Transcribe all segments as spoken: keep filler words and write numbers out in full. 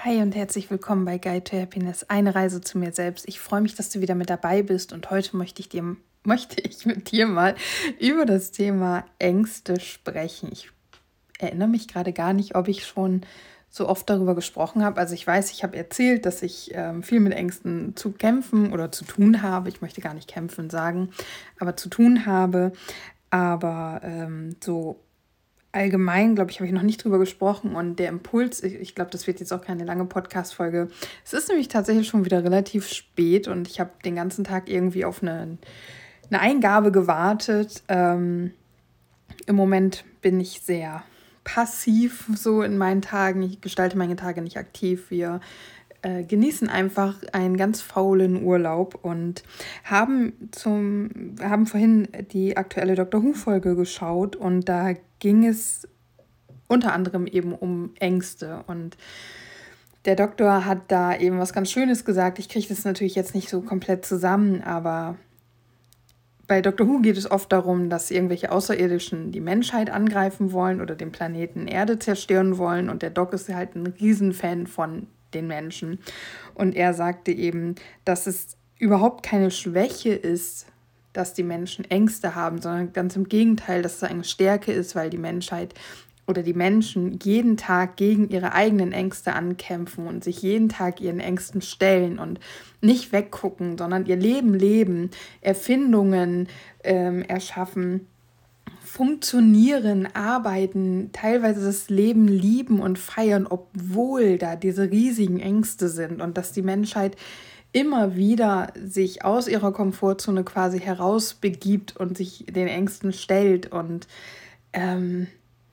Hi und herzlich willkommen bei Guide to Happiness, eine Reise zu mir selbst. Ich freue mich, dass du wieder mit dabei bist und heute möchte ich, dir, möchte ich mit dir mal über das Thema Ängste sprechen. Ich erinnere mich gerade gar nicht, ob ich schon so oft darüber gesprochen habe. Also ich weiß, ich habe erzählt, dass ich ähm, viel mit Ängsten zu kämpfen oder zu tun habe. Ich möchte gar nicht kämpfen sagen, aber zu tun habe. Aber ähm, so allgemein, glaube ich, habe ich noch nicht drüber gesprochen und der Impuls, ich, ich glaube, das wird jetzt auch keine lange Podcast-Folge. Es ist nämlich tatsächlich schon wieder relativ spät und ich habe den ganzen Tag irgendwie auf eine, eine Eingabe gewartet. Ähm, im Moment bin ich sehr passiv so in meinen Tagen. Ich gestalte meine Tage nicht aktiv. Wir äh, genießen einfach einen ganz faulen Urlaub und haben, zum, haben vorhin die aktuelle Doctor Who-Folge geschaut und da ging es unter anderem eben um Ängste und der Doktor hat da eben was ganz Schönes gesagt. Ich kriege das natürlich jetzt nicht so komplett zusammen, aber bei Doctor Who geht es oft darum, dass irgendwelche Außerirdischen die Menschheit angreifen wollen oder den Planeten Erde zerstören wollen. Und der Doc ist halt ein Riesenfan von den Menschen. Und er sagte eben, dass es überhaupt keine Schwäche ist, dass die Menschen Ängste haben, sondern ganz im Gegenteil, dass es eine Stärke ist, weil die Menschheit oder die Menschen jeden Tag gegen ihre eigenen Ängste ankämpfen und sich jeden Tag ihren Ängsten stellen und nicht weggucken, sondern ihr Leben leben, Erfindungen ähm, erschaffen, funktionieren, arbeiten, teilweise das Leben lieben und feiern, obwohl da diese riesigen Ängste sind und dass die Menschheit immer wieder sich aus ihrer Komfortzone quasi herausbegibt und sich den Ängsten stellt und ähm,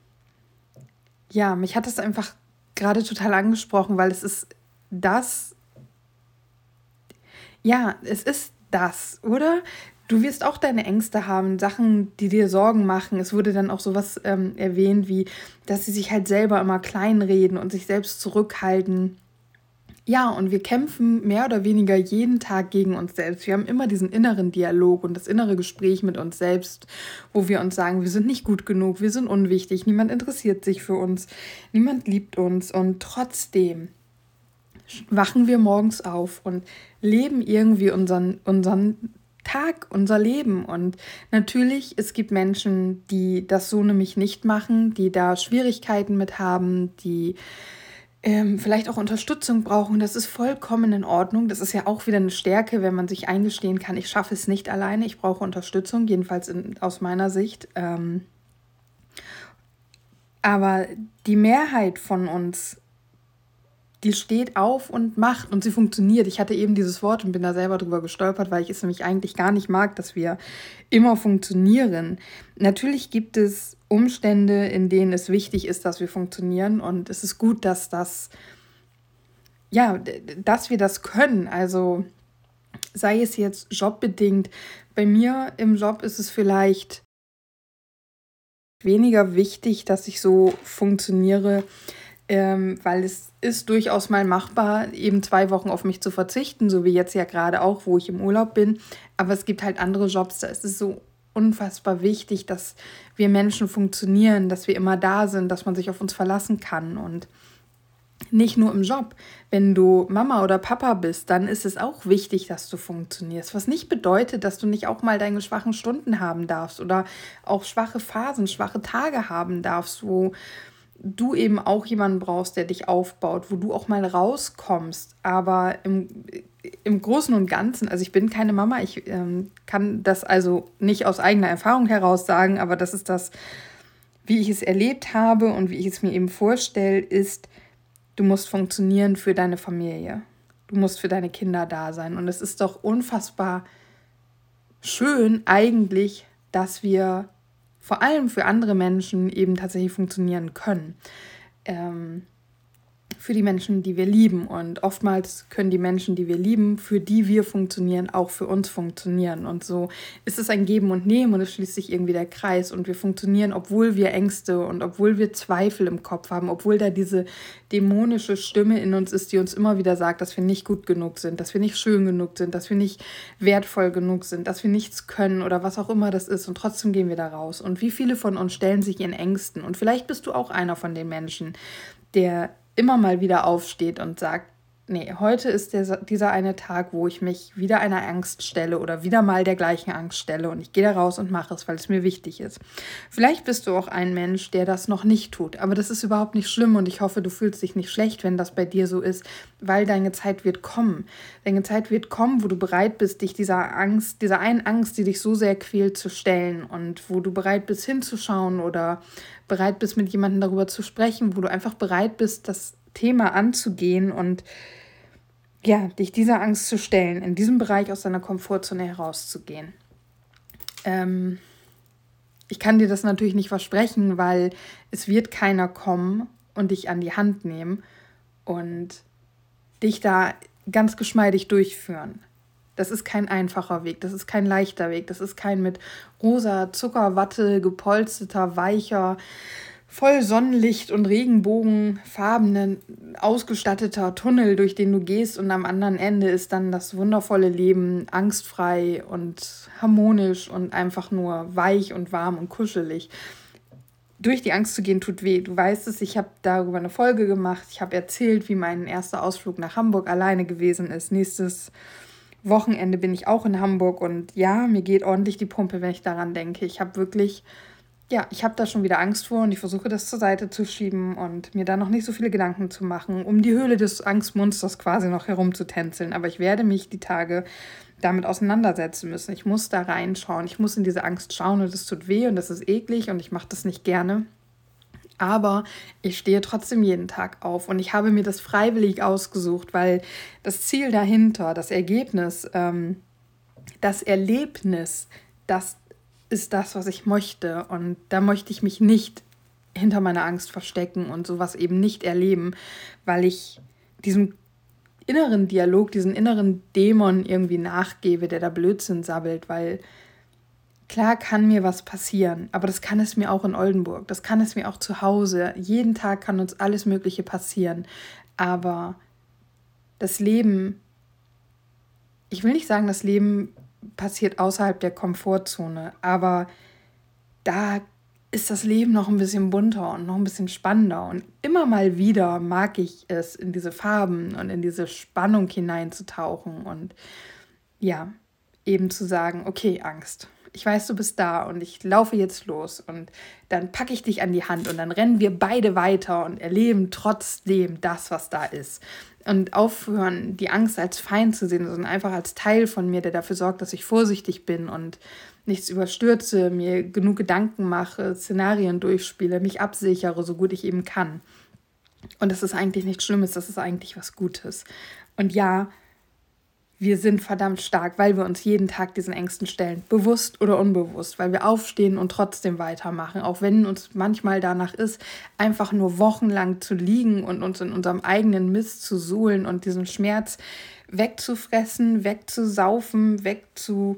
ja, mich hat es einfach gerade total angesprochen, weil es ist das, ja, es ist das, oder? Du wirst auch deine Ängste haben, Sachen, die dir Sorgen machen. Es wurde dann auch sowas ähm, erwähnt, wie, dass sie sich halt selber immer kleinreden und sich selbst zurückhalten. Ja, und wir kämpfen mehr oder weniger jeden Tag gegen uns selbst. Wir haben immer diesen inneren Dialog und das innere Gespräch mit uns selbst, wo wir uns sagen, wir sind nicht gut genug, wir sind unwichtig, niemand interessiert sich für uns, niemand liebt uns. Und trotzdem wachen wir morgens auf und leben irgendwie unseren, unseren Tag, unser Leben. Und natürlich, es gibt Menschen, die das so nämlich nicht machen, die da Schwierigkeiten mit haben, die ähm, vielleicht auch Unterstützung brauchen. Das ist vollkommen in Ordnung. Das ist ja auch wieder eine Stärke, wenn man sich eingestehen kann, ich schaffe es nicht alleine, ich brauche Unterstützung, jedenfalls in, aus meiner Sicht. Ähm, aber die Mehrheit von uns, die steht auf und macht und sie funktioniert. Ich hatte eben dieses Wort und bin da selber drüber gestolpert, weil ich es nämlich eigentlich gar nicht mag, dass wir immer funktionieren. Natürlich gibt es Umstände, in denen es wichtig ist, dass wir funktionieren und es ist gut, dass das, ja, dass wir das können. Also sei es jetzt jobbedingt. Bei mir im Job ist es vielleicht weniger wichtig, dass ich so funktioniere, Ähm, weil es ist durchaus mal machbar, eben zwei Wochen auf mich zu verzichten, so wie jetzt ja gerade auch, wo ich im Urlaub bin. Aber es gibt halt andere Jobs, da ist es so unfassbar wichtig, dass wir Menschen funktionieren, dass wir immer da sind, dass man sich auf uns verlassen kann. Und nicht nur im Job. Wenn du Mama oder Papa bist, dann ist es auch wichtig, dass du funktionierst. Was nicht bedeutet, dass du nicht auch mal deine schwachen Stunden haben darfst oder auch schwache Phasen, schwache Tage haben darfst, wo du eben auch jemanden brauchst, der dich aufbaut, wo du auch mal rauskommst. Aber im, im Großen und Ganzen, also ich bin keine Mama, ich ähm, kann das also nicht aus eigener Erfahrung heraus sagen, aber das ist das, wie ich es erlebt habe und wie ich es mir eben vorstelle, ist, du musst funktionieren für deine Familie. Du musst für deine Kinder da sein. Und es ist doch unfassbar schön eigentlich, dass wir vor allem für andere Menschen eben tatsächlich funktionieren können. Ähm, für die Menschen, die wir lieben. Und oftmals können die Menschen, die wir lieben, für die wir funktionieren, auch für uns funktionieren. Und so ist es ein Geben und Nehmen und es schließt sich irgendwie der Kreis. Und wir funktionieren, obwohl wir Ängste und obwohl wir Zweifel im Kopf haben, obwohl da diese dämonische Stimme in uns ist, die uns immer wieder sagt, dass wir nicht gut genug sind, dass wir nicht schön genug sind, dass wir nicht wertvoll genug sind, dass wir nichts können oder was auch immer das ist. Und trotzdem gehen wir da raus. Und wie viele von uns stellen sich ihren Ängsten? Und vielleicht bist du auch einer von den Menschen, der immer mal wieder aufsteht und sagt, nee, heute ist der, dieser eine Tag, wo ich mich wieder einer Angst stelle oder wieder mal der gleichen Angst stelle und ich gehe da raus und mache es, weil es mir wichtig ist. Vielleicht bist du auch ein Mensch, der das noch nicht tut, aber das ist überhaupt nicht schlimm und ich hoffe, du fühlst dich nicht schlecht, wenn das bei dir so ist, weil deine Zeit wird kommen. Deine Zeit wird kommen, wo du bereit bist, dich dieser Angst, dieser einen Angst, die dich so sehr quält, zu stellen und wo du bereit bist, hinzuschauen oder bereit bist, mit jemandem darüber zu sprechen, wo du einfach bereit bist, das Thema anzugehen und ja, dich dieser Angst zu stellen, in diesem Bereich aus deiner Komfortzone herauszugehen. Ähm, ich kann dir das natürlich nicht versprechen, weil es wird keiner kommen und dich an die Hand nehmen und dich da ganz geschmeidig durchführen. Das ist kein einfacher Weg, das ist kein leichter Weg, das ist kein mit rosa Zuckerwatte gepolsterter, weicher, voll Sonnenlicht und Regenbogenfarbenen ausgestatteter Tunnel, durch den du gehst und am anderen Ende ist dann das wundervolle Leben angstfrei und harmonisch und einfach nur weich und warm und kuschelig. Durch die Angst zu gehen tut weh. Du weißt es, ich habe darüber eine Folge gemacht. Ich habe erzählt, wie mein erster Ausflug nach Hamburg alleine gewesen ist. Nächstes Wochenende bin ich auch in Hamburg und ja, mir geht ordentlich die Pumpe, wenn ich daran denke. Ich habe wirklich... Ja, ich habe da schon wieder Angst vor und ich versuche das zur Seite zu schieben und mir da noch nicht so viele Gedanken zu machen, um die Höhle des Angstmonsters quasi noch herumzutänzeln. Aber ich werde mich die Tage damit auseinandersetzen müssen. Ich muss da reinschauen, ich muss in diese Angst schauen und es tut weh und das ist eklig und ich mache das nicht gerne. Aber ich stehe trotzdem jeden Tag auf und ich habe mir das freiwillig ausgesucht, weil das Ziel dahinter, das Ergebnis, ähm, das Erlebnis, das ist das, was ich möchte. Und da möchte ich mich nicht hinter meiner Angst verstecken und sowas eben nicht erleben, weil ich diesem inneren Dialog, diesen inneren Dämon irgendwie nachgebe, der da Blödsinn sabbelt, weil klar kann mir was passieren, aber das kann es mir auch in Oldenburg, das kann es mir auch zu Hause. Jeden Tag kann uns alles Mögliche passieren, aber das Leben, ich will nicht sagen, das Leben passiert außerhalb der Komfortzone, aber da ist das Leben noch ein bisschen bunter und noch ein bisschen spannender und immer mal wieder mag ich es, in diese Farben und in diese Spannung hineinzutauchen und ja, eben zu sagen, okay, Angst, ich weiß, du bist da und ich laufe jetzt los und dann packe ich dich an die Hand und dann rennen wir beide weiter und erleben trotzdem das, was da ist. Und aufhören, die Angst als Feind zu sehen, sondern einfach als Teil von mir, der dafür sorgt, dass ich vorsichtig bin und nichts überstürze, mir genug Gedanken mache, Szenarien durchspiele, mich absichere, so gut ich eben kann. Und das ist eigentlich nichts Schlimmes, das ist eigentlich was Gutes. Und ja, wir sind verdammt stark, weil wir uns jeden Tag diesen Ängsten stellen, bewusst oder unbewusst, weil wir aufstehen und trotzdem weitermachen, auch wenn uns manchmal danach ist, einfach nur wochenlang zu liegen und uns in unserem eigenen Mist zu suhlen und diesen Schmerz wegzufressen, wegzusaufen, wegzu...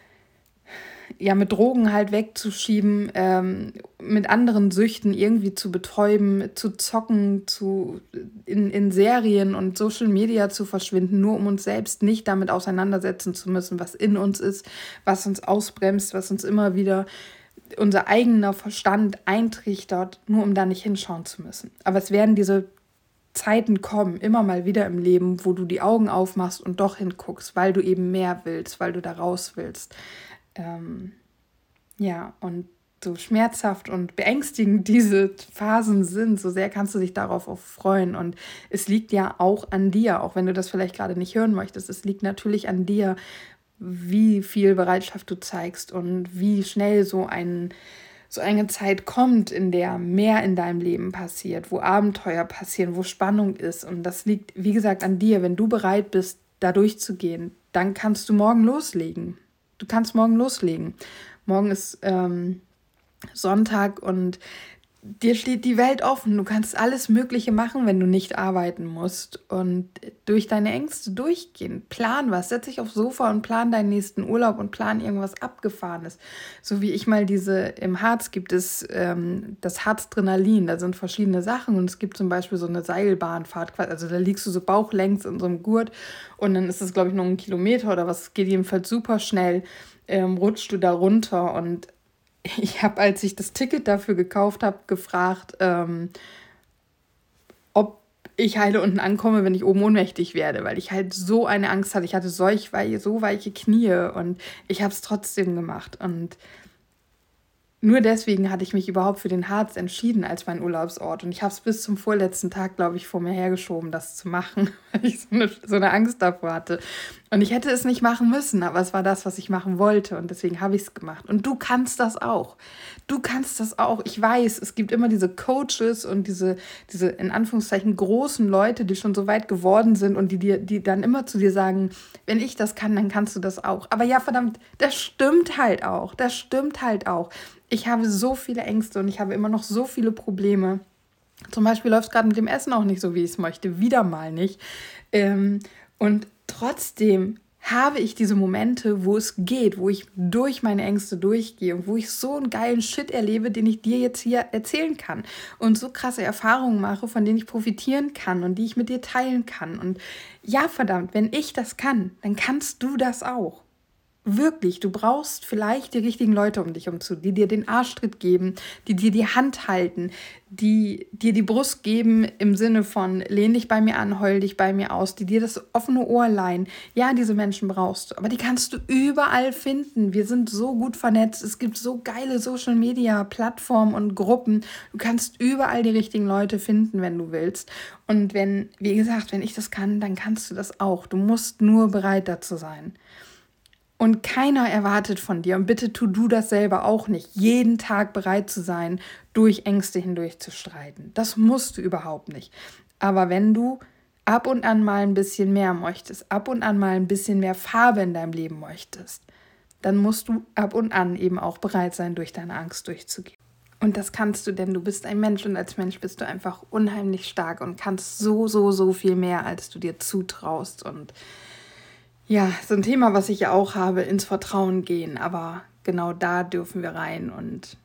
ja, mit Drogen halt wegzuschieben, ähm, mit anderen Süchten irgendwie zu betäuben, zu zocken, zu, in, in Serien und Social Media zu verschwinden, nur um uns selbst nicht damit auseinandersetzen zu müssen, was in uns ist, was uns ausbremst, was uns immer wieder unser eigener Verstand eintrichtert, nur um da nicht hinschauen zu müssen. Aber es werden diese Zeiten kommen, immer mal wieder im Leben, wo du die Augen aufmachst und doch hinguckst, weil du eben mehr willst, weil du da raus willst. Ähm, ja, und so schmerzhaft und beängstigend diese Phasen sind, so sehr kannst du dich darauf auch freuen. Und es liegt ja auch an dir, auch wenn du das vielleicht gerade nicht hören möchtest, es liegt natürlich an dir, wie viel Bereitschaft du zeigst und wie schnell so ein so eine Zeit kommt, in der mehr in deinem Leben passiert, wo Abenteuer passieren, wo Spannung ist. Und das liegt, wie gesagt, an dir. Wenn du bereit bist, da durchzugehen, dann kannst du morgen loslegen. Du kannst morgen loslegen. Morgen ist ähm, Sonntag und dir steht die Welt offen. Du kannst alles Mögliche machen, wenn du nicht arbeiten musst. Und durch deine Ängste durchgehen. Plan was. Setz dich aufs Sofa und plan deinen nächsten Urlaub und plan irgendwas Abgefahrenes. So wie ich mal diese, im Harz gibt es ähm, das Harzdrenalin. Da sind verschiedene Sachen und es gibt zum Beispiel so eine Seilbahnfahrt. Also da liegst du so bauchlängs in so einem Gurt und dann ist es, glaube ich, noch ein Kilometer oder was. Es geht jedenfalls super schnell. Ähm, rutschst du da runter und ich habe, als ich das Ticket dafür gekauft habe, gefragt, ähm, ob ich heile unten ankomme, wenn ich oben ohnmächtig werde, weil ich halt so eine Angst hatte. Ich hatte solch weiche, so weiche Knie und ich habe es trotzdem gemacht. Und nur deswegen hatte ich mich überhaupt für den Harz entschieden als mein Urlaubsort. Und ich habe es bis zum vorletzten Tag, glaube ich, vor mir hergeschoben, das zu machen, weil ich so eine, so eine Angst davor hatte. Und ich hätte es nicht machen müssen, aber es war das, was ich machen wollte. Und deswegen habe ich es gemacht. Und du kannst das auch. Du kannst das auch. Ich weiß, es gibt immer diese Coaches und diese, diese in Anführungszeichen großen Leute, die schon so weit geworden sind und die, dir, die dann immer zu dir sagen, wenn ich das kann, dann kannst du das auch. Aber ja, verdammt, das stimmt halt auch. Das stimmt halt auch. Ich habe so viele Ängste und ich habe immer noch so viele Probleme. Zum Beispiel läuft es gerade mit dem Essen auch nicht so, wie ich es möchte. Wieder mal nicht. Ähm, und trotzdem habe ich diese Momente, wo es geht, wo ich durch meine Ängste durchgehe und wo ich so einen geilen Shit erlebe, den ich dir jetzt hier erzählen kann und so krasse Erfahrungen mache, von denen ich profitieren kann und die ich mit dir teilen kann. Und ja, verdammt, wenn ich das kann, dann kannst du das auch. Wirklich, du brauchst vielleicht die richtigen Leute um dich herum, die dir den Arschtritt geben, die dir die Hand halten, die dir die Brust geben im Sinne von lehn dich bei mir an, heul dich bei mir aus, die dir das offene Ohr leihen. Ja, diese Menschen brauchst du, aber die kannst du überall finden. Wir sind so gut vernetzt, es gibt so geile Social-Media-Plattformen und Gruppen. Du kannst überall die richtigen Leute finden, wenn du willst. Und wenn, wie gesagt, wenn ich das kann, dann kannst du das auch. Du musst nur bereit dazu sein. Und keiner erwartet von dir, und bitte tu du das selber auch nicht, jeden Tag bereit zu sein, durch Ängste hindurch zu streiten. Das musst du überhaupt nicht. Aber wenn du ab und an mal ein bisschen mehr möchtest, ab und an mal ein bisschen mehr Farbe in deinem Leben möchtest, dann musst du ab und an eben auch bereit sein, durch deine Angst durchzugehen. Und das kannst du, denn du bist ein Mensch und als Mensch bist du einfach unheimlich stark und kannst so, so, so viel mehr, als du dir zutraust. Und ja, so ein Thema, was ich ja auch habe, ins Vertrauen gehen, aber genau da dürfen wir rein und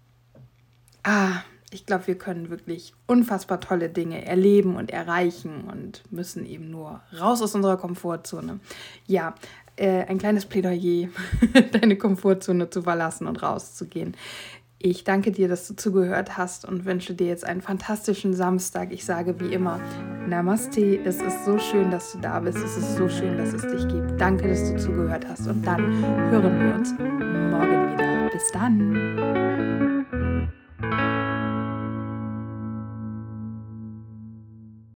ah, ich glaube, wir können wirklich unfassbar tolle Dinge erleben und erreichen und müssen eben nur raus aus unserer Komfortzone. Ja, äh, ein kleines Plädoyer, deine Komfortzone zu verlassen und rauszugehen. Ich danke dir, dass du zugehört hast und wünsche dir jetzt einen fantastischen Samstag. Ich sage wie immer, Namaste. Es ist so schön, dass du da bist. Es ist so schön, dass es dich gibt. Danke, dass du zugehört hast. Und dann hören wir uns morgen wieder. Bis dann.